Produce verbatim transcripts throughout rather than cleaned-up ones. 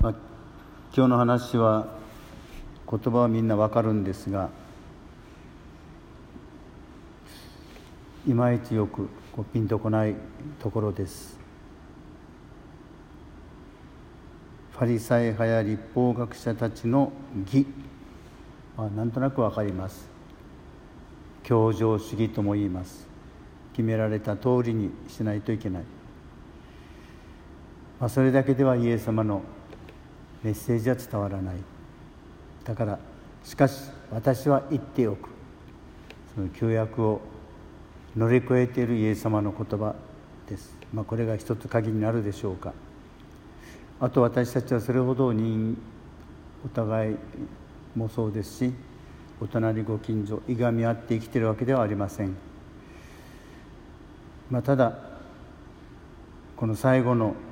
まあ、今日の話は言葉はみんなわかるんですが、いまいちよくこうピンとこないところです。ファリサイ派や律法学者たちの義はなんとなくわかります。教条主義とも言います。決められた通りにしないといけない。まあ、それだけではイエス様のメッセージは伝わらない。だからしかし私は言っておく、その旧約を乗り越えているイエス様の言葉です。まあ、これが一つ鍵になるでしょうか。あと私たちはそれほど人お互いもそうですし、お隣ご近所いがみ合って生きているわけではありません。まあ、ただこの最後の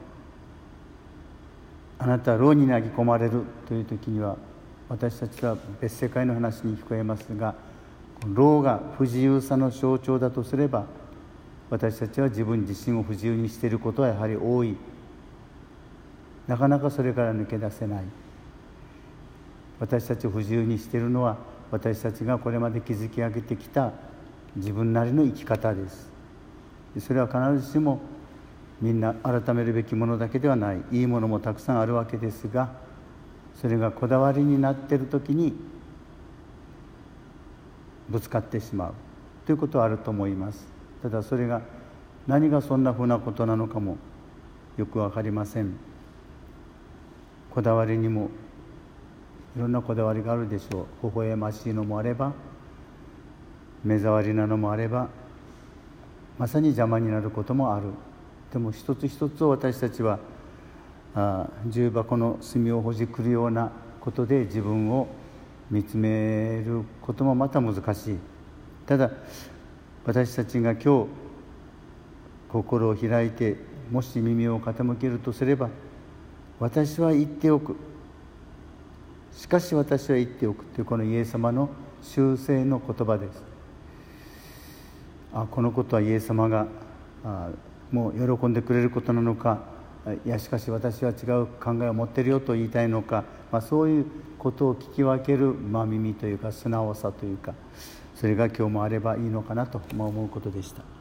あなたは牢に投げ込まれるという時には、私たちは別世界の話に聞こえますが、牢が不自由さの象徴だとすれば、私たちは自分自身を不自由にしていることはやはり多い。なかなかそれから抜け出せない。私たちを不自由にしているのは、私たちがこれまで築き上げてきた自分なりの生き方です。それは必ずしもみんな改めるべきものだけではない。いいものもたくさんあるわけですが、それがこだわりになっているときにぶつかってしまうということはあると思います。ただそれが何がそんなふうなことなのかもよくわかりません。こだわりにもいろんなこだわりがあるでしょう。微笑ましいのもあれば、目障りなのもあれば、まさに邪魔になることもある。でも一つ一つを私たちはあ重箱の隅をほじくるようなことで自分を見つめることもまた難しい。ただ私たちが今日心を開いて、もし耳を傾けるとすれば、私は言っておく、しかし私は言っておくというこのイエス様の修正の言葉です。あこのことはイエス様があもう喜んでくれることなのか、いやしかし私は違う考えを持っているよと言いたいのか、まあ、そういうことを聞き分ける真耳というか素直さというか、それが今日もあればいいのかなと思うことでした。